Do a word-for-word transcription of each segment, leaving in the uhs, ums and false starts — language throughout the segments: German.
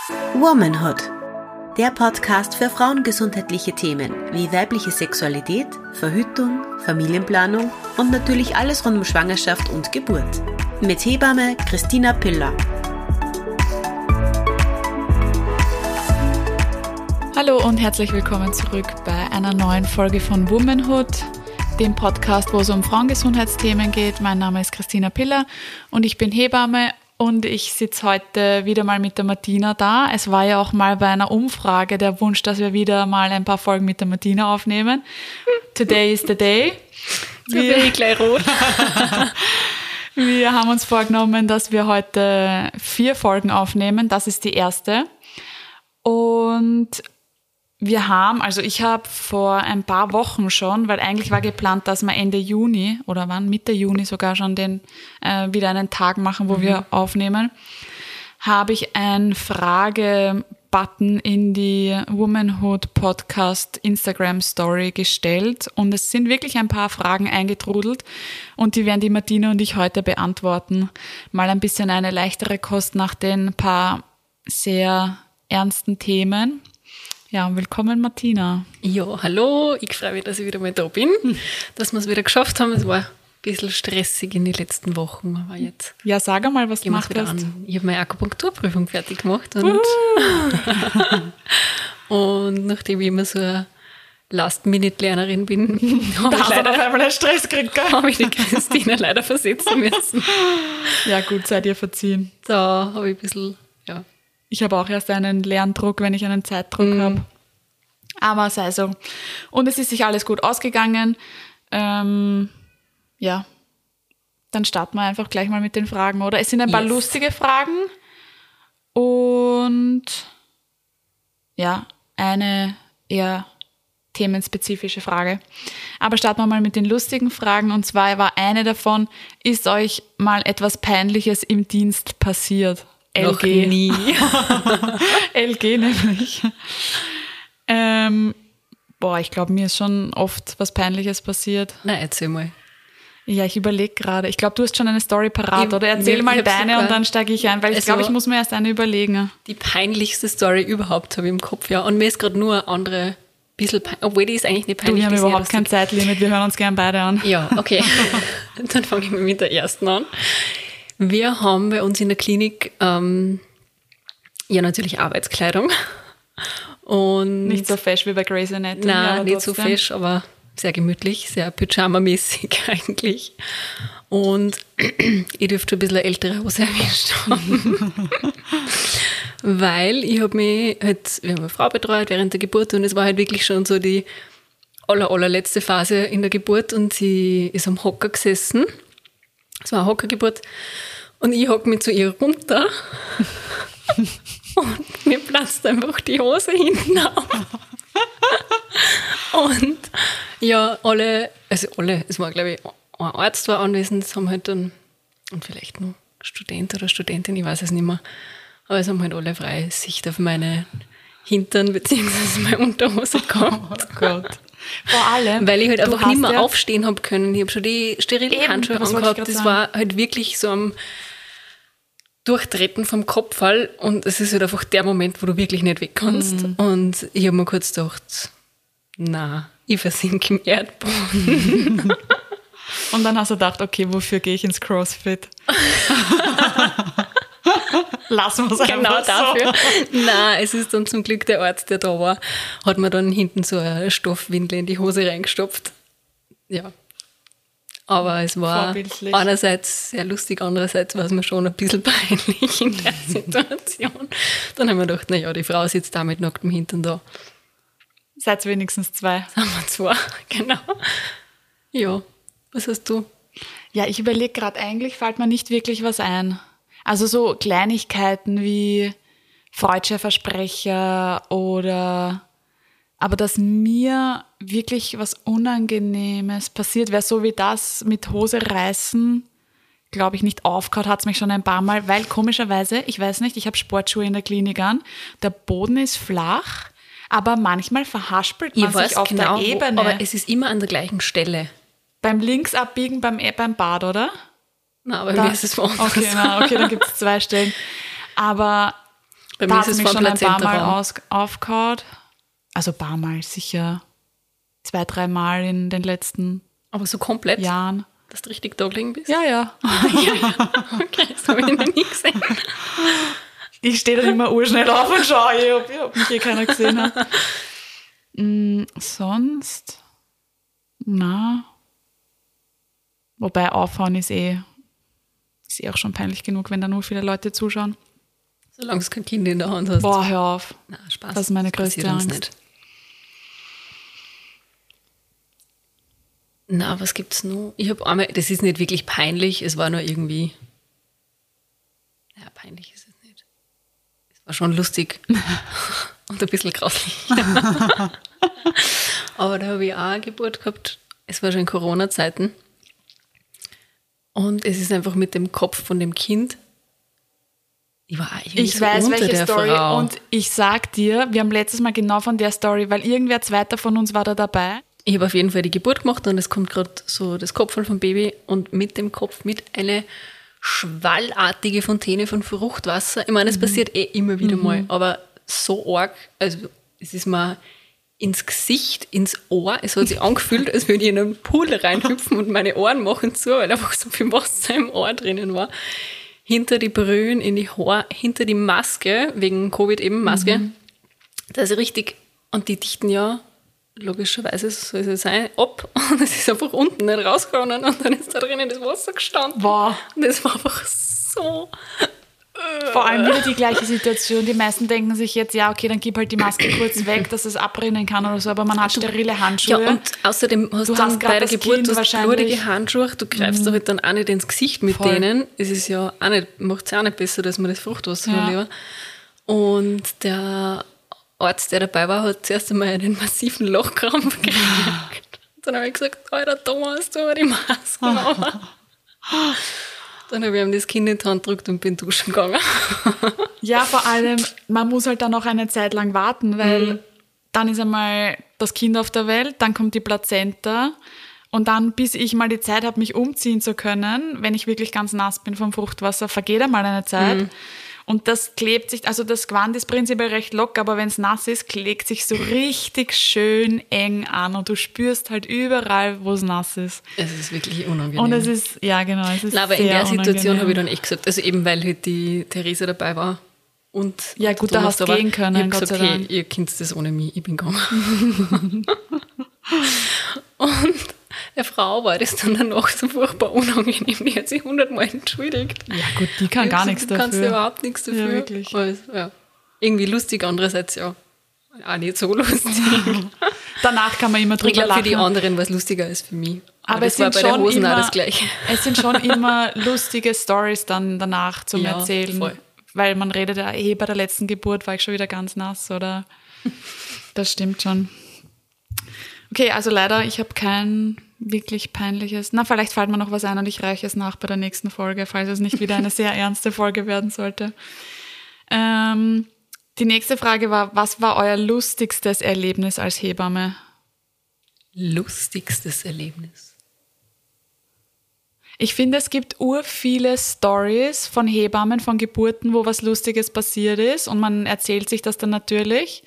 Womanhood, der Podcast für frauengesundheitliche Themen wie weibliche Sexualität, Verhütung, Familienplanung und natürlich alles rund um Schwangerschaft und Geburt. Mit Hebamme Christina Piller. Hallo und herzlich willkommen zurück bei einer neuen Folge von Womanhood, dem Podcast, wo es um Frauengesundheitsthemen geht. Mein Name ist Christina Piller und ich bin Hebamme. Und ich sitze heute wieder mal mit der Martina da. Es war ja auch mal bei einer Umfrage der Wunsch, dass wir wieder mal ein paar Folgen mit der Martina aufnehmen. Today is the day. Wir, bin ich gleich rot. Wir haben uns vorgenommen, dass wir heute vier Folgen aufnehmen. Das ist die erste. Und wir haben, also ich habe vor ein paar Wochen schon, weil eigentlich war geplant, dass wir Ende Juni oder wann, Mitte Juni sogar schon den äh, wieder einen Tag machen, wo mhm. wir aufnehmen, habe ich einen Frage-Button in die Womanhood Podcast Instagram Story gestellt und es sind wirklich ein paar Fragen eingetrudelt und die werden die Martina und ich heute beantworten. Mal ein bisschen eine leichtere Kost nach den paar sehr ernsten Themen. Ja, willkommen Martina. Ja, hallo, ich freue mich, dass ich wieder mal da bin, dass wir es wieder geschafft haben. Es war ein bisschen stressig in den letzten Wochen, aber jetzt... Ja, sag einmal, was du gemacht hast. An. Ich habe meine Akupunkturprüfung fertig gemacht und, und nachdem ich immer so eine Last-Minute-Lernerin bin, habe ich leider auf einmal einen Stress gekriegt, habe ich die Christina leider versetzen müssen. Ja gut, seid ihr verziehen. Da habe ich ein bisschen... ja. Ich habe auch erst einen Lerndruck, wenn ich einen Zeitdruck mm. habe. Aber sei so. Und es ist sich alles gut ausgegangen. Ähm, ja, dann starten wir einfach gleich mal mit den Fragen, oder? Es sind ein paar yes. lustige Fragen und ja, eine eher themenspezifische Frage. Aber starten wir mal mit den lustigen Fragen. Und zwar war eine davon, ist euch mal etwas Peinliches im Dienst passiert? L G. Noch nie. L G nämlich. Ähm, boah, ich glaube, mir ist schon oft was Peinliches passiert. Na, erzähl mal. Ja, ich überlege gerade. Ich glaube, du hast schon eine Story parat, ich, oder? Erzähl mir, mal deine und dann steige ich ein, weil also, ich glaube, ich muss mir erst eine überlegen. Die peinlichste Story überhaupt habe ich im Kopf, ja. Und mir ist gerade nur eine andere, bisschen peinlich, obwohl die ist eigentlich nicht peinlich. Du, wir haben überhaupt kein Zeitlimit, wir hören uns gern beide an. Ja, okay. Dann fange ich mal mit der ersten an. Wir haben bei uns in der Klinik ähm, ja natürlich Arbeitskleidung. Und nicht so fesch wie bei Grey's Anatomy. Nein, nicht so fesch, aber sehr gemütlich, sehr pyjama-mäßig eigentlich. Und ich dürfte schon ein bisschen eine ältere Hose erwischt haben. Weil ich habe mich halt, wir haben eine Frau betreut während der Geburt und es war halt wirklich schon so die aller, allerletzte Phase in der Geburt und sie ist am Hocker gesessen. Es war eine Hockergeburt und ich hocke mich zu ihr runter und mir platzt einfach die Hose hinten auf. Und ja, alle, also alle, es war glaube ich, ein Arzt war anwesend, es haben halt dann, und vielleicht noch Student oder Studentin, ich weiß es nicht mehr, aber es haben halt alle freie Sicht auf meine Hintern bzw. meine Unterhose gehabt. Oh Gott. Vor allem, weil ich halt einfach nicht mehr ja aufstehen habe können. Ich habe schon die sterilen Handschuhe angehabt. Das sagen. War halt wirklich so am Durchtreten vom Kopfball und es ist halt einfach der Moment, wo du wirklich nicht weg kannst. Mhm. Und ich habe mir kurz gedacht, na, ich versinke im Erdboden. Und dann hast du gedacht, okay, wofür gehe ich ins CrossFit? Lassen wir es einfach genau dafür. so. Nein, es ist dann zum Glück der Arzt, der da war, hat mir dann hinten so eine Stoffwindel in die Hose reingestopft. Ja. Aber es war einerseits sehr lustig, andererseits war es mir schon ein bisschen peinlich in der Situation. Dann haben wir gedacht, naja, die Frau sitzt da mit nacktem Hintern da. Seid wenigstens zwei. Sind wir zwei, genau. Ja, was hast du? Ja, ich überlege gerade, eigentlich fällt mir nicht wirklich was ein. Also so Kleinigkeiten wie freudscher Versprecher oder, aber dass mir wirklich was Unangenehmes passiert wäre, so wie das mit Hose reißen, glaube ich, nicht aufgehört hat es mich schon ein paar Mal, weil komischerweise, ich weiß nicht, ich habe Sportschuhe in der Klinik an, der Boden ist flach, aber manchmal verhaspelt man ich sich auf genau, der Ebene. Wo, aber es ist immer an der gleichen Stelle. Beim Linksabbiegen beim, beim Bad, oder? Nein, aber da, mir ist es woanders. Okay, na, okay, dann gibt es zwei Stellen. Aber Bei Da mir hat ist es es mich vom schon ein paar Mal Plazenta-Raum. aus, aufgehauen. Also ein paar Mal, sicher zwei, drei Mal in den letzten Aber so komplett, Jahren. dass du richtig da gelegen bist? Ja, ja. Okay, das habe ich noch nie gesehen. Ich stehe dann immer urschnell auf und schaue, ob, ob mich eh keiner gesehen hat. Mm, sonst? Na. Wobei aufhauen ist eh, ist eh auch schon peinlich genug, wenn da nur viele Leute zuschauen. Solange du kein Kind in der Hand hast. Boah, hör auf. Na, Spaß. Das ist meine passiert größte uns Angst. nicht. Na, was gibt's noch? Ich habe einmal, das ist nicht wirklich peinlich, es war nur irgendwie, ja, peinlich ist es nicht. Es war schon lustig und ein bisschen grauslich. Aber da habe ich auch eine Geburt gehabt, es war schon in Corona-Zeiten und es ist einfach mit dem Kopf von dem Kind, ich war auch irgendwie Ich so weiß, unter welche der Story. Frau. Und ich sag dir, wir haben letztes Mal genau von der Story, weil irgendwer zweiter von uns war da dabei. Ich habe auf jeden Fall die Geburt gemacht und es kommt gerade so das Kopf vom Baby und mit dem Kopf mit eine schwallartige Fontäne von Fruchtwasser. Ich meine, es passiert eh immer wieder Mhm. mal, aber so arg, also es ist mir ins Gesicht, ins Ohr, es hat sich angefühlt, als würde ich in einen Pool reinhüpfen und meine Ohren machen zu, weil einfach so viel Wasser im Ohr drinnen war. Hinter die Brühen, in die Haare, hinter die Maske, wegen Covid eben Maske, Mhm. da ist richtig, und die dichten ja logischerweise soll es sein, ab und es ist einfach unten nicht rausgegangen und dann ist da drinnen das Wasser gestanden. Wow. Und das war einfach so. Vor allem wieder die gleiche Situation. Die meisten denken sich jetzt, ja, okay, dann gib halt die Maske kurz weg, dass es abrinnen kann oder so, aber man hat sterile Handschuhe. Ja, und außerdem hast Du du dann hast grad bei der das Geburt Kind du hast wahrscheinlich- blutige Handschuhe, du greifst da halt dann auch nicht ins Gesicht mit Voll. denen. Es ist ja auch nicht, macht es ja auch nicht besser, dass man das Fruchtwasser Ja. verliert. Und der Arzt, der dabei war, hat zuerst einmal einen massiven Lachkrampf gekriegt. Dann habe ich gesagt, Alter Thomas, tu mir die Maske auf. Dann habe ich ihm das Kind in die Hand gedrückt und bin duschen gegangen. Ja, vor allem, man muss halt dann noch eine Zeit lang warten, weil Mhm. dann ist einmal das Kind auf der Welt, dann kommt die Plazenta und dann, bis ich mal die Zeit habe, mich umziehen zu können, wenn ich wirklich ganz nass bin vom Fruchtwasser, vergeht einmal eine Zeit. Mhm. Und das klebt sich, also das Gewand ist prinzipiell recht locker, aber wenn es nass ist, klebt sich so richtig schön eng an und du spürst halt überall, wo es nass ist. Es ist wirklich unangenehm. Und es ist, ja genau, es ist Nein, aber sehr in der Situation unangenehm. habe ich dann echt gesagt, also eben weil halt die Theresa dabei war und Ja, gut, da Thomas hast du war, gehen können, ich habe Gott gesagt, sei hey, Dank. ihr könnt das ohne mich, ich bin gegangen. Und der Frau war das dann danach so furchtbar unangenehm, die hat sich hundertmal entschuldigt. Ja gut, die kann Ich gar hab nichts gesagt, Du kannst ja dafür. überhaupt nichts dafür. Ja, wirklich. Aber es, ja, irgendwie lustig, andererseits ja auch nicht so lustig. Danach kann man immer drüber Ich glaube, für lachen. die anderen war es lustiger als für mich. Aber das es war sind bei der schon Hosen immer, auch das Gleiche. Es sind schon immer lustige Stories dann danach zum Ja, Erzählen. voll. Weil man redet ja, eh, bei der letzten Geburt war ich schon wieder ganz nass, oder? Das stimmt schon. Okay, also leider, ich habe kein wirklich peinliches. Na, vielleicht fällt mir noch was ein und ich reiche es nach bei der nächsten Folge, falls es nicht wieder eine sehr ernste Folge werden sollte. Ähm, die nächste Frage war, was war euer lustigstes Erlebnis als Hebamme? Lustigstes Erlebnis. Ich finde, es gibt ur viele Stories von Hebammen, von Geburten, wo was Lustiges passiert ist und man erzählt sich das dann natürlich.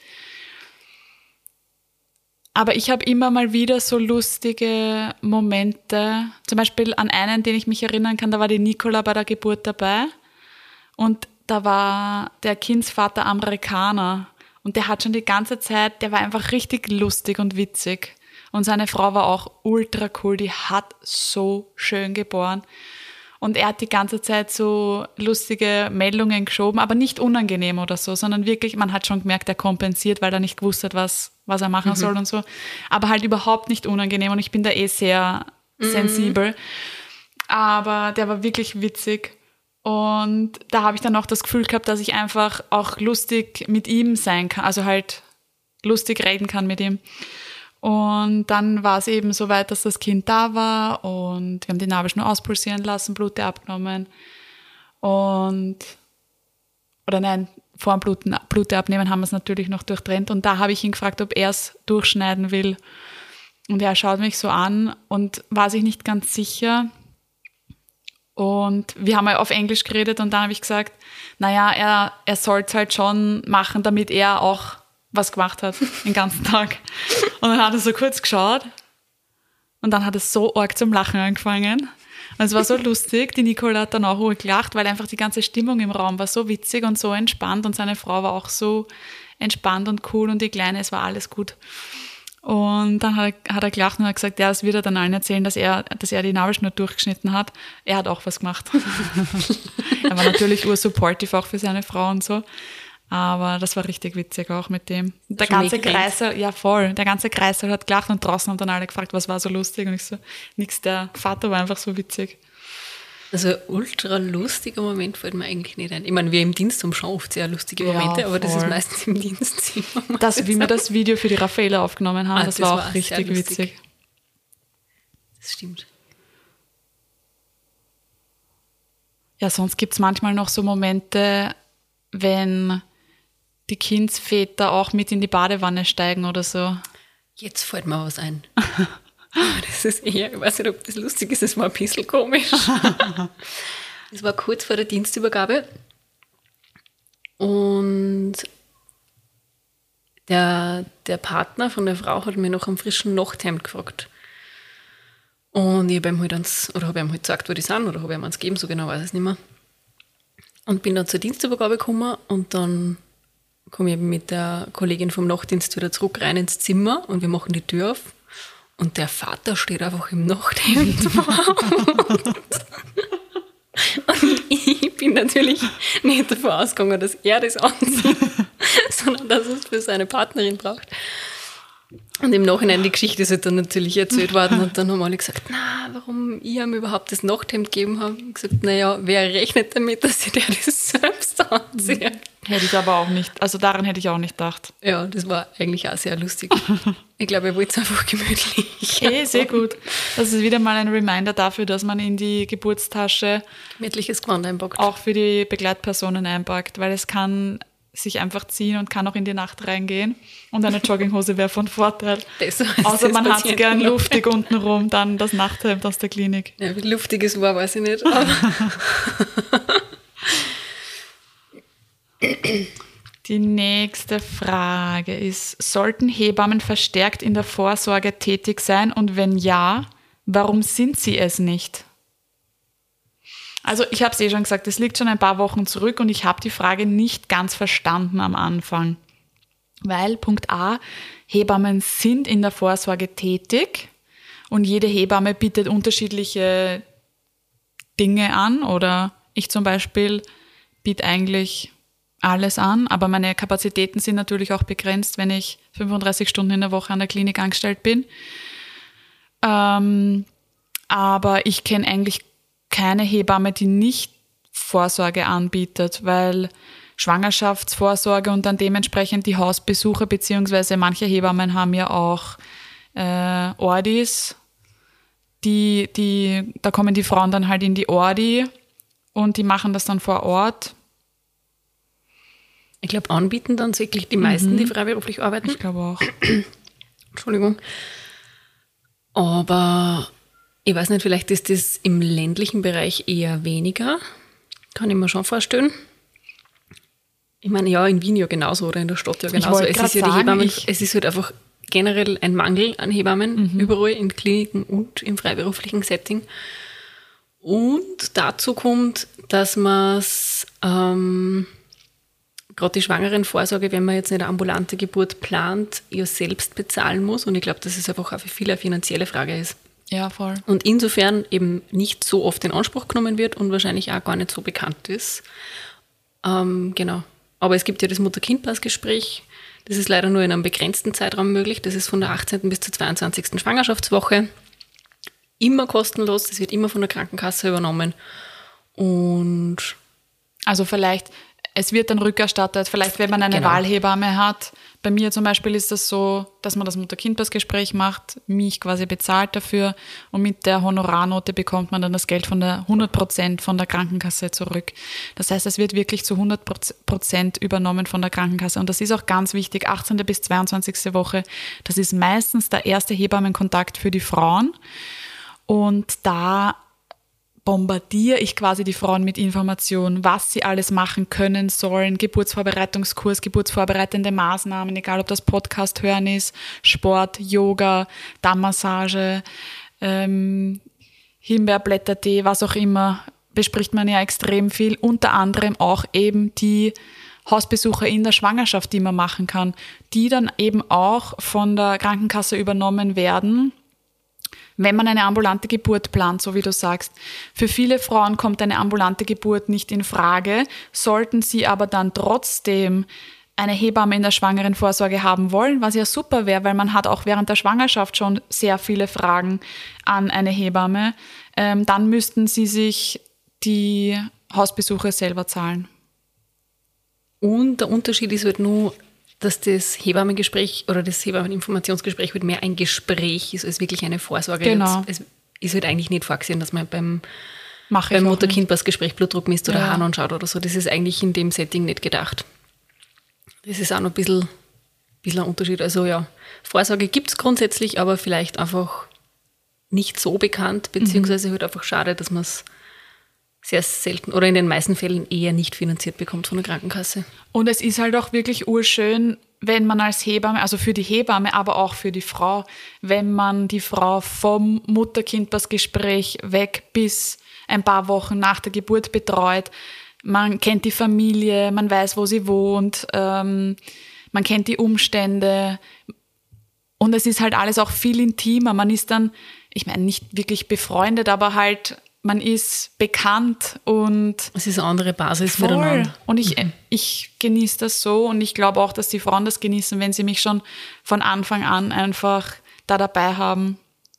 Aber ich habe immer mal wieder so lustige Momente. Zum Beispiel an einen, den ich mich erinnern kann, da war die Nicola bei der Geburt dabei und da war der Kindsvater Amerikaner und der hat schon die ganze Zeit, der war einfach richtig lustig und witzig. Und seine Frau war auch ultra cool, die hat so schön geboren. Und er hat die ganze Zeit so lustige Meldungen geschoben, aber nicht unangenehm oder so, sondern wirklich, man hat schon gemerkt, er kompensiert, weil er nicht gewusst hat, was, was er machen mhm. soll und so. Aber halt überhaupt nicht unangenehm und ich bin da eh sehr mhm. sensibel. Aber der war wirklich witzig. Und da habe ich dann auch das Gefühl gehabt, dass ich einfach auch lustig mit ihm sein kann, also halt lustig reden kann mit ihm. Und dann war es eben so weit, dass das Kind da war und wir haben die Nabelschnur auspulsieren lassen, Blute abgenommen und, oder nein, vor dem Bluten, Blute abnehmen haben wir es natürlich noch durchtrennt und da habe ich ihn gefragt, ob er es durchschneiden will. Und er schaut mich so an und war sich nicht ganz sicher Und wir haben ja auf Englisch geredet und dann habe ich gesagt, naja, er, er soll es halt schon machen, damit er auch was gemacht hat den ganzen Tag. Und dann hat er so kurz geschaut und dann hat er so arg zum Lachen angefangen. Und es war so lustig, die Nicole hat dann auch ruhig gelacht, weil einfach die ganze Stimmung im Raum war so witzig und so entspannt und seine Frau war auch so entspannt und cool und die Kleine, es war alles gut. Und dann hat er, hat er gelacht und hat gesagt, ja, das wird er dann allen erzählen, dass er, dass er die Nabelschnur durchgeschnitten hat. Er hat auch was gemacht. Er war natürlich ursupportive auch für seine Frau und so. Aber das war richtig witzig auch mit dem. Der ganze Kreisel, ja voll, der ganze Kreisel hat gelacht und draußen haben dann alle gefragt, was war so lustig. Und ich so, nix, der Vater war einfach so witzig. Also ein ultra lustiger Moment fällt mir eigentlich nicht ein. Ich meine, wir im Dienst haben schon oft sehr lustige Momente, ja, aber das ist meistens im Dienstzimmer. Das, wie wir das Video für die Raffaela aufgenommen haben, ah, das, das war auch war richtig witzig. Das stimmt. Ja, sonst gibt es manchmal noch so Momente, wenn die Kindsväter auch mit in die Badewanne steigen oder so. Jetzt fällt mir was ein. Aber das ist eher, ich weiß nicht, ob das lustig ist, das war ein bisschen komisch. Das war kurz vor der Dienstübergabe und der, der Partner von der Frau hat mir nach einem frischen Nachthemd gefragt. Und ich habe ihm halt ans, oder habe ihm halt gesagt, wo die sind, oder habe ihm eins gegeben, so genau weiß ich es nicht mehr. Und bin dann zur Dienstübergabe gekommen und dann komme ich mit der Kollegin vom Nachtdienst wieder zurück rein ins Zimmer und wir machen die Tür auf. Und der Vater steht einfach im Nachthemd vor uns. Und ich bin natürlich nicht davon ausgegangen, dass er das anzieht, sondern dass er es für seine Partnerin braucht. Und im Nachhinein, die Geschichte ist halt dann natürlich erzählt worden und dann haben alle gesagt, na, warum ich ihm überhaupt das Nachthemd gegeben habe. Ich habe gesagt, naja, wer rechnet damit, dass ich der das selbst anziehe? Hätte ich aber auch nicht, also daran hätte ich auch nicht gedacht. Ja, das war eigentlich auch sehr lustig. Ich glaube, er wollte es einfach gemütlich. Eh, sehr gut. Das ist wieder mal ein Reminder dafür, dass man in die Geburtstasche gemütliches Gewand einpackt. Auch für die Begleitpersonen einpackt, weil es kann sich einfach ziehen und kann auch in die Nacht reingehen. Und eine Jogginghose wäre von Vorteil. Besser Außer man hat es gern luftig untenrum, dann das Nachthemd aus der Klinik. Ja, wie luftig es war, weiß ich nicht. Die nächste Frage ist, sollten Hebammen verstärkt in der Vorsorge tätig sein und wenn ja, warum sind sie es nicht? Also ich habe es eh schon gesagt, es liegt schon ein paar Wochen zurück und ich habe die Frage nicht ganz verstanden am Anfang. Weil, Punkt A, Hebammen sind in der Vorsorge tätig und jede Hebamme bietet unterschiedliche Dinge an oder ich zum Beispiel biete eigentlich alles an, aber meine Kapazitäten sind natürlich auch begrenzt, wenn ich fünfunddreißig Stunden in der Woche an der Klinik angestellt bin. Ähm, aber ich kenne eigentlich keine Hebamme, die nicht Vorsorge anbietet, weil Schwangerschaftsvorsorge und dann dementsprechend die Hausbesuche, beziehungsweise manche Hebammen haben ja auch äh, Ordis, die, die, da kommen die Frauen dann halt in die Ordi und die machen das dann vor Ort. Ich glaube, anbieten dann wirklich die meisten, mhm. die freiberuflich arbeiten. Ich glaube auch. Entschuldigung. Aber ich weiß nicht, vielleicht ist das im ländlichen Bereich eher weniger. Kann ich mir schon vorstellen. Ich meine, ja, in Wien ja genauso oder in der Stadt ja genauso. Es ist ja die Hebammen, es ist halt einfach generell ein Mangel an Hebammen, mhm. überall in Kliniken und im freiberuflichen Setting. Und dazu kommt, dass man es ähm, gerade die Schwangerenvorsorge, wenn man jetzt eine ambulante Geburt plant, ja selbst bezahlen muss. Und ich glaube, dass es einfach auch für viele eine finanzielle Frage ist. Ja, voll. Und insofern eben nicht so oft in Anspruch genommen wird und wahrscheinlich auch gar nicht so bekannt ist. Ähm, genau. Aber es gibt ja das Mutter-Kind-Pass-Gespräch. Das ist leider nur in einem begrenzten Zeitraum möglich. Das ist von der achtzehnten bis zur zweiundzwanzigsten Schwangerschaftswoche. Immer kostenlos. Das wird immer von der Krankenkasse übernommen. Und also vielleicht, es wird dann rückerstattet, vielleicht wenn man eine genau. Wahlhebamme hat. Bei mir zum Beispiel ist das so, dass man das Mutter-Kind-Pass-Gespräch macht, mich quasi bezahlt dafür und mit der Honorarnote bekommt man dann das Geld von der hundert Prozent von der Krankenkasse zurück. Das heißt, es wird wirklich zu hundert Prozent übernommen von der Krankenkasse und das ist auch ganz wichtig, achtzehnte bis zweiundzwanzigste Woche, das ist meistens der erste Hebammenkontakt für die Frauen und da bombardiere ich quasi die Frauen mit Informationen, was sie alles machen können sollen, Geburtsvorbereitungskurs, geburtsvorbereitende Maßnahmen, egal ob das Podcast hören ist, Sport, Yoga, Darmmassage, ähm, Himbeerblättertee, was auch immer, bespricht man ja extrem viel, unter anderem auch eben die Hausbesuche in der Schwangerschaft, die man machen kann, die dann eben auch von der Krankenkasse übernommen werden, wenn man eine ambulante Geburt plant, so wie du sagst. Für viele Frauen kommt eine ambulante Geburt nicht in Frage, sollten sie aber dann trotzdem eine Hebamme in der Schwangerenvorsorge haben wollen, was ja super wäre, weil man hat auch während der Schwangerschaft schon sehr viele Fragen an eine Hebamme, ähm, dann müssten sie sich die Hausbesuche selber zahlen. Und der Unterschied ist halt nur, dass das Hebammengespräch oder das Hebammeninformationsgespräch halt mehr ein Gespräch ist als wirklich eine Vorsorge. Genau. Es ist halt eigentlich nicht vorgesehen, dass man beim, Mach ich beim auch Mutter-Kind-Pass-Gespräch Blutdruck misst oder Ja. Harn schaut oder so. Das ist eigentlich in dem Setting nicht gedacht. Das ist auch noch ein bisschen, bisschen ein Unterschied. Also ja, Vorsorge gibt es grundsätzlich, aber vielleicht einfach nicht so bekannt, beziehungsweise halt einfach schade, dass man es sehr selten oder in den meisten Fällen eher nicht finanziert bekommt von der Krankenkasse. Und es ist halt auch wirklich urschön, wenn man als Hebamme, also für die Hebamme, aber auch für die Frau, wenn man die Frau vom Mutter-Kind-Pass-Gespräch weg bis ein paar Wochen nach der Geburt betreut. Man kennt die Familie, man weiß, wo sie wohnt, ähm, man kennt die Umstände und es ist halt alles auch viel intimer. Man ist dann, ich meine, nicht wirklich befreundet, aber halt man ist bekannt und Es ist eine andere Basis voll. füreinander. Und ich, ich genieße das so und ich glaube auch, dass die Frauen das genießen, wenn sie mich schon von Anfang an einfach da dabei haben.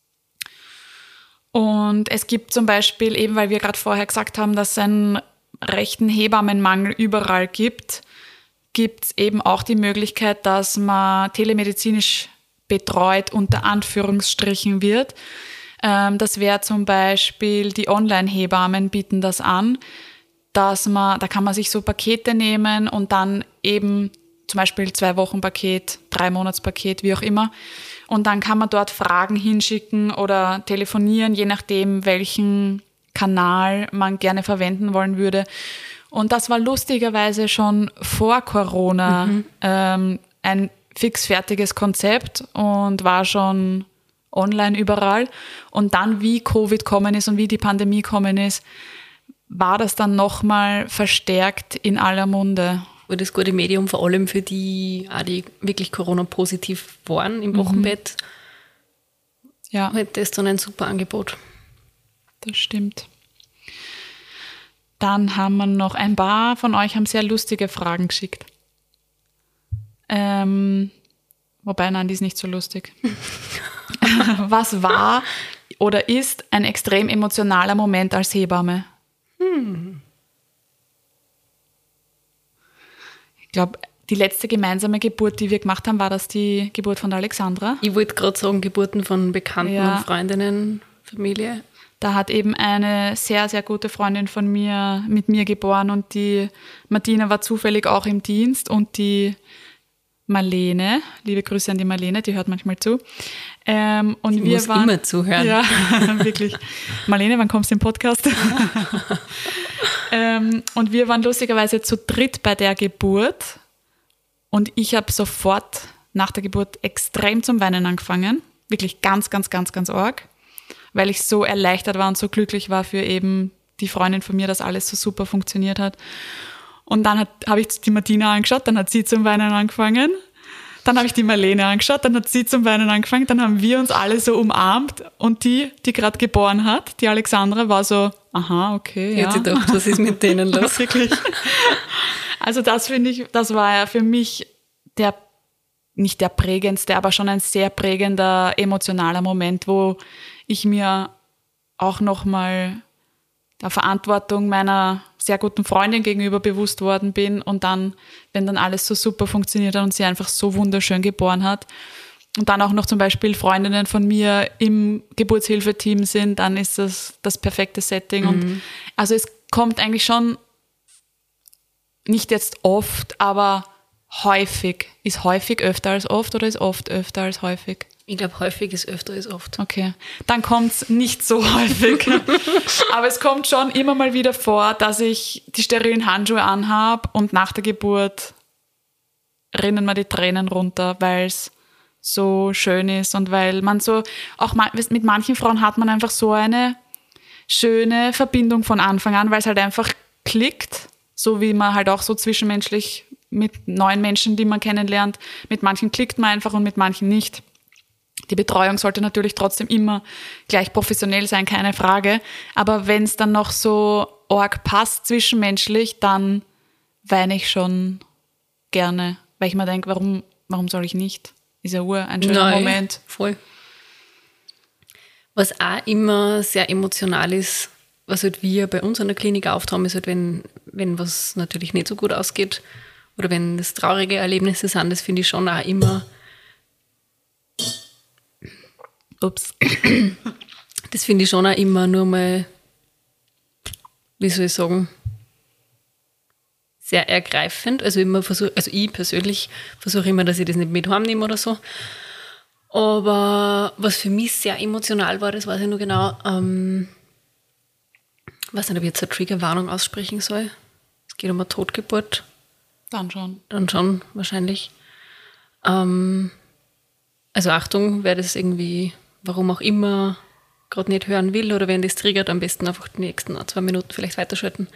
Und es gibt zum Beispiel, eben weil wir gerade vorher gesagt haben, dass es einen rechten Hebammenmangel überall gibt, gibt es eben auch die Möglichkeit, dass man telemedizinisch betreut unter Anführungsstrichen wird. Das wäre zum Beispiel, die Online-Hebammen bieten das an, dass man, da kann man sich so Pakete nehmen und dann eben zum Beispiel zwei Wochen Paket, drei Monats Paket, wie auch immer. Und dann kann man dort Fragen hinschicken oder telefonieren, je nachdem, welchen Kanal man gerne verwenden wollen würde. Und das war lustigerweise schon vor Corona mhm. ähm, ein fixfertiges Konzept und war schon online überall. Und dann, wie Covid kommen ist und wie die Pandemie kommen ist, war das dann nochmal verstärkt in aller Munde. War das gute Medium vor allem für die, auch die wirklich Corona-positiv waren im Wochenbett. Ja, Halt das dann ein super Angebot. das stimmt. Dann haben wir noch, ein paar von euch haben sehr lustige Fragen geschickt. Ähm, wobei, nein, die ist nicht so lustig. Was war oder ist ein extrem emotionaler Moment als Hebamme? Hm. Ich glaube, die letzte gemeinsame Geburt, die wir gemacht haben, war das die Geburt von der Alexandra. Ich wollte gerade sagen, Geburten von Bekannten Ja. und Freundinnen, Familie. Da hat eben eine sehr, sehr gute Freundin von mir mit mir geboren und die Martina war zufällig auch im Dienst und die Marlene, liebe Grüße an die Marlene, die hört manchmal zu. Ähm, und Die wir muss waren, immer zuhören. Ja, wirklich. Marlene, wann kommst du im Podcast? ähm, und wir waren lustigerweise zu dritt bei der Geburt und ich habe sofort nach der Geburt extrem zum Weinen angefangen. Wirklich ganz, ganz, ganz, ganz arg, weil ich so erleichtert war und so glücklich war für eben die Freundin von mir, dass alles so super funktioniert hat. Und dann habe ich die Martina angeschaut, dann hat sie zum Weinen angefangen. Dann habe ich die Marlene angeschaut, dann hat sie zum Weinen angefangen. Dann haben wir uns alle so umarmt. Und die, die gerade geboren hat, die Alexandra, war so, aha, okay, Ich ja. hätte gedacht, was ist mit denen los? Wirklich. Also das finde ich, das war ja für mich der, nicht der prägendste, aber schon ein sehr prägender emotionaler Moment, wo ich mir auch nochmal der Verantwortung meiner sehr guten Freundin gegenüber bewusst worden bin und dann, wenn dann alles so super funktioniert hat und sie einfach so wunderschön geboren hat und dann auch noch zum Beispiel Freundinnen von mir im Geburtshilfeteam sind, dann ist das das perfekte Setting. Mhm. Und also es kommt eigentlich schon nicht jetzt oft, aber häufig. Ist häufig öfter als oft oder ist oft öfter als häufig? Ich glaube, häufig ist öfter als oft. Okay, dann kommt es nicht so häufig. Aber es kommt schon immer mal wieder vor, dass ich die sterilen Handschuhe anhabe und nach der Geburt rinnen mir die Tränen runter, weil es so schön ist und weil man so, auch mit manchen Frauen hat man einfach so eine schöne Verbindung von Anfang an, weil es halt einfach klickt, so wie man halt auch so zwischenmenschlich mit neuen Menschen, die man kennenlernt, mit manchen klickt man einfach und mit manchen nicht. Die Betreuung sollte natürlich trotzdem immer gleich professionell sein, keine Frage. Aber wenn es dann noch so arg passt zwischenmenschlich, dann weine ich schon gerne. Weil ich mir denke, warum, warum soll ich nicht? Ist ja ur ein schöner Nein, Moment. Voll. Was auch immer sehr emotional ist, was halt wir bei uns an der Klinik auftragen, ist halt, wenn, wenn was natürlich nicht so gut ausgeht oder wenn das traurige Erlebnisse sind, das finde ich schon auch immer... Ups. Das finde ich schon auch immer nur mal, wie soll ich sagen, sehr ergreifend. Also, immer versuch, also ich persönlich versuche immer, dass ich das nicht mit heimnehme oder so. Aber was für mich sehr emotional war, das weiß ich nur genau, ähm, ich weiß nicht, ob ich jetzt eine Triggerwarnung aussprechen soll. Es geht um eine Totgeburt. Dann schon. Dann schon, wahrscheinlich. Ähm, also Achtung, wer das irgendwie, warum auch immer, gerade nicht hören will oder wenn das triggert, am besten einfach die nächsten zwei Minuten vielleicht weiterschalten.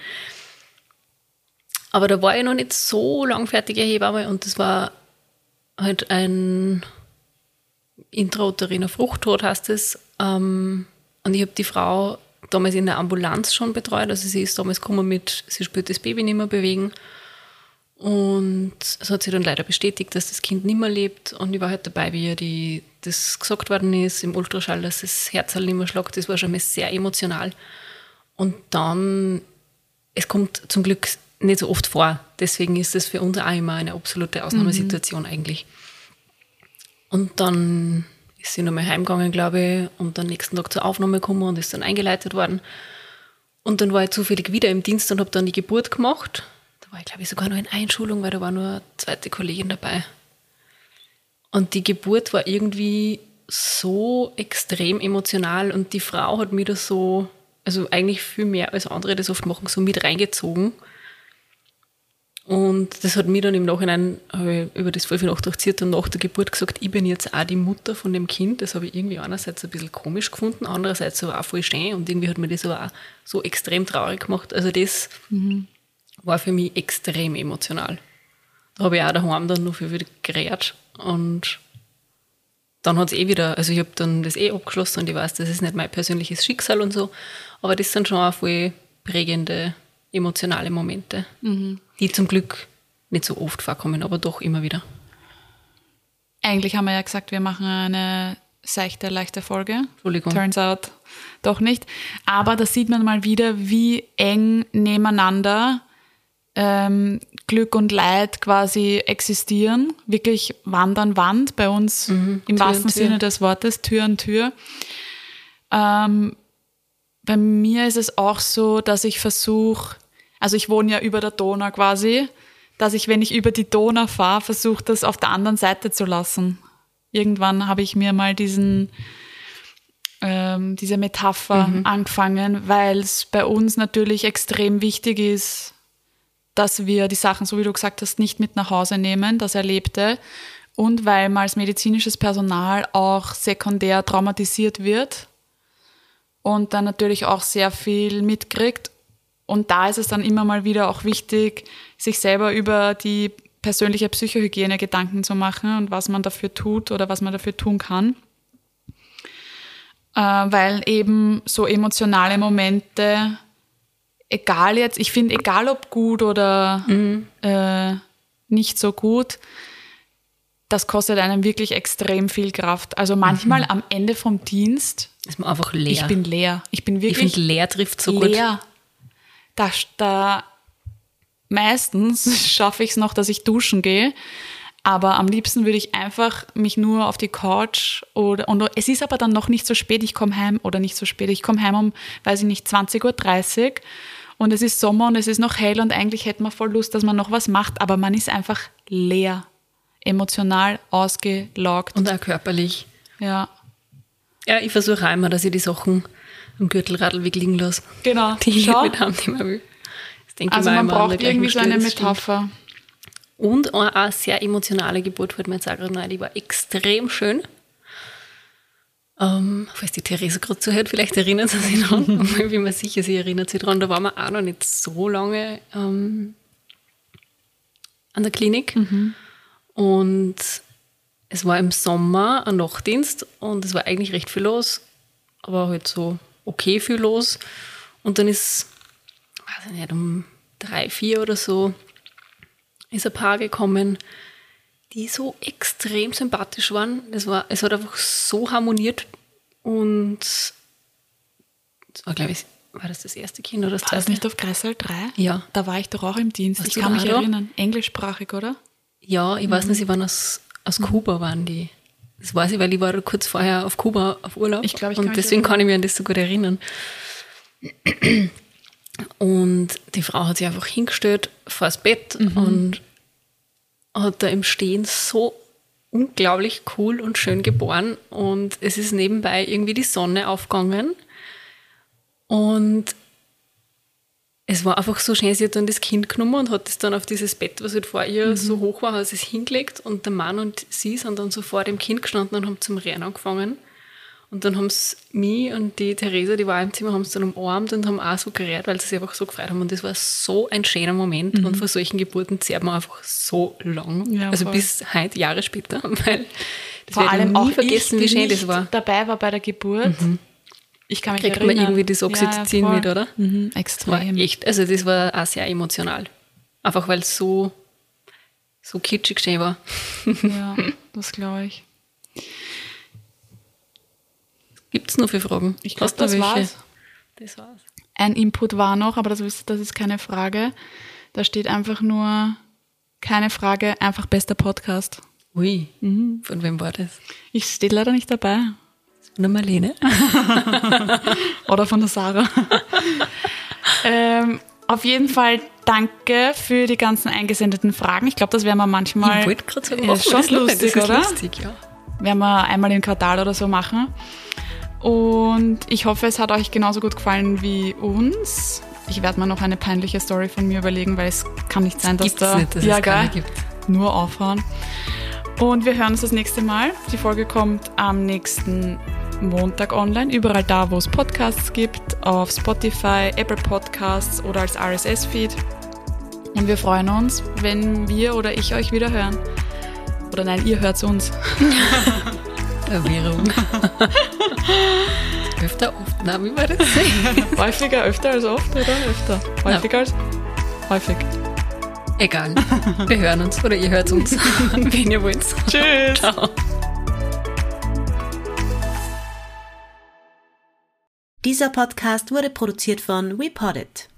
Aber da war ich noch nicht so lang fertige Hebamme und das war halt ein intrauteriner Fruchttod, heißt es. Ähm, und ich habe die Frau damals in der Ambulanz schon betreut, also sie ist damals gekommen mit, sie spürt das Baby nicht mehr bewegen. Und es hat sich dann leider bestätigt, dass das Kind nicht mehr lebt. Und ich war halt dabei, wie ihr die, das gesagt worden ist im Ultraschall, dass das Herz halt nicht mehr schlägt. Das war schon mal sehr emotional. Und dann, es kommt zum Glück nicht so oft vor. Deswegen ist das für uns auch immer eine absolute Ausnahmesituation mhm. eigentlich. Und dann ist sie nochmal heimgegangen, glaube ich, und am nächsten Tag zur Aufnahme gekommen und ist dann eingeleitet worden. Und dann war ich zufällig wieder im Dienst und habe dann die Geburt gemacht. Da war ich, glaube ich, sogar noch in Einschulung, weil da war nur eine zweite Kollegin dabei. Und die Geburt war irgendwie so extrem emotional und die Frau hat mir das so, also eigentlich viel mehr als andere das oft machen, so mit reingezogen. Und das hat mich dann im Nachhinein, habe ich über das voll viel nachgedacht und nach der Geburt gesagt, ich bin jetzt auch die Mutter von dem Kind. Das habe ich irgendwie einerseits ein bisschen komisch gefunden, andererseits aber auch voll schön und irgendwie hat mir das aber auch so extrem traurig gemacht. Also das mhm. war für mich extrem emotional. Da habe ich auch daheim dann noch viel wieder gerät und dann hat es eh wieder, also ich habe dann das eh abgeschlossen und ich weiß, das ist nicht mein persönliches Schicksal und so, aber das sind schon auch voll prägende, emotionale Momente, mhm. die zum Glück nicht so oft vorkommen, aber doch immer wieder. Eigentlich haben wir ja gesagt, wir machen eine seichte, leichte Folge. Entschuldigung. Turns out doch nicht. Aber da sieht man mal wieder, wie eng nebeneinander ähm, Glück und Leid quasi existieren. Wirklich Wand an Wand bei uns, mhm. im Tür wahrsten Sinne des Wortes, Tür an Tür. Ähm, bei mir ist es auch so, dass ich versuche, also ich wohne ja über der Donau quasi, dass ich, wenn ich über die Donau fahre, versuche, das auf der anderen Seite zu lassen. Irgendwann habe ich mir mal diesen, ähm, diese Metapher mhm. angefangen, weil es bei uns natürlich extrem wichtig ist, dass wir die Sachen, so wie du gesagt hast, nicht mit nach Hause nehmen, das Erlebte, und weil man als medizinisches Personal auch sekundär traumatisiert wird und dann natürlich auch sehr viel mitkriegt. Und da ist es dann immer mal wieder auch wichtig, sich selber über die persönliche Psychohygiene Gedanken zu machen und was man dafür tut oder was man dafür tun kann. Äh, weil eben so emotionale Momente, egal jetzt, ich finde, egal ob gut oder mhm. äh, nicht so gut, das kostet einem wirklich extrem viel Kraft. Also manchmal mhm. am Ende vom Dienst ist man einfach leer. Ich bin leer. Ich bin wirklich ich finde, leer trifft so leer. Gut. Da, da meistens schaffe ich es noch, dass ich duschen gehe, aber am liebsten würde ich einfach mich nur auf die Couch oder, und es ist aber dann noch nicht so spät, ich komme heim, oder nicht so spät, ich komme heim um, weiß ich nicht, zwanzig Uhr dreißig und es ist Sommer und es ist noch hell und eigentlich hätte man voll Lust, dass man noch was macht, aber man ist einfach leer, emotional ausgelaugt. Und auch körperlich. Ja. Ja, ich versuche auch immer, dass ich die Sachen am Gürtelradlweg liegen lasse. Genau. Die ich Schau. mit heimnehmen will. Das denke Also ich mir man immer an der braucht gleichen irgendwie so Stelle, eine das stimmt. Metapher. Und eine, eine sehr emotionale Geburt fällt mir jetzt auch gerade rein. Die war extrem schön. Ähm, falls die Theresa gerade zuhört, vielleicht erinnert sie sich dran. Ich bin mir sicher, sie erinnert sich dran. Da waren wir auch noch nicht so lange ähm, an der Klinik. Mhm. Und es war im Sommer ein Nachtdienst und es war eigentlich recht viel los, aber halt so okay viel los. Und dann ist, weiß ich nicht, um drei, vier oder so, ist ein Paar gekommen, die so extrem sympathisch waren. Das war, es hat einfach so harmoniert und es war, glaube ich, war das das erste Kind oder das War das zweite? nicht auf Kreisel drei? Ja. Da war ich doch auch im Dienst. Warst ich du kann da mich auch da? erinnern. Englischsprachig, oder? Ja, ich weiß nicht, sie waren aus, aus Kuba, waren die. Das weiß ich, weil ich war da kurz vorher auf Kuba auf Urlaub. Ich glaube, ich kann Und mich deswegen erinnern. kann ich mich an das so gut erinnern. Und die Frau hat sich einfach hingestellt vor das Bett und hat da im Stehen so unglaublich cool und schön geboren. Und es ist nebenbei irgendwie die Sonne aufgegangen. Und es war einfach so schön, sie hat dann das Kind genommen und hat es dann auf dieses Bett, was halt vor ihr so hoch war, hat es hingelegt und der Mann und sie sind dann so vor dem Kind gestanden und haben zum Rennen angefangen. Und dann haben sie mich und die Theresa, die war im Zimmer, haben sie dann umarmt und haben auch so gerät, weil sie sich einfach so gefreut haben. Und das war so ein schöner Moment. Und vor solchen Geburten zehrt man einfach so lang. Ja, also voll. bis heute, Jahre später. Weil das Vor werde ich allem nie auch vergessen, ich, wie die schön nicht das war. dabei war bei der Geburt. Ich kann mich Kriegt man erinnern. irgendwie das Oxytocin voll. mit, oder? Mhm, War extrem. echt, also das war auch sehr emotional. Einfach weil es so, so kitschig schön war. Ja, das glaube ich. Gibt es noch für Fragen? Ich glaube, Hast du das welche? war's. Das war's. Ein Input war noch, aber das ist, das ist keine Frage. Da steht einfach nur, keine Frage, einfach bester Podcast. Ui, von wem war das? Ich stehe leider nicht dabei. Von der Marlene? Oder von der Sarah. ähm, auf jeden Fall danke für die ganzen eingesendeten Fragen. Ich glaube, das werden wir manchmal... Ich wollte gerade sagen, Ist machen wir schon das noch? lustig, das ist oder? lustig, ja. Werden wir einmal im Quartal oder so machen. Und ich hoffe, es hat euch genauso gut gefallen wie uns. Ich werde mir noch eine peinliche Story von mir überlegen, weil es kann nicht sein, dass Gibt's da nicht, dass ja, es keine gell? gibt. Nur aufhauen. Und wir hören uns das nächste Mal. Die Folge kommt am nächsten Montag online, überall da, wo es Podcasts gibt, auf Spotify, Apple Podcasts oder als R S S-Feed. Und wir freuen uns, wenn wir oder ich euch wieder hören. Oder nein, ihr hört uns. Verwirrung. Öfter, oft. Na, wie war das? Häufiger, öfter als oft, oder? Öfter. Häufiger als häufig. Egal. Wir hören uns oder ihr hört uns, wenn ihr wollt. Tschüss. Ciao. Dieser Podcast wurde produziert von WePoddit.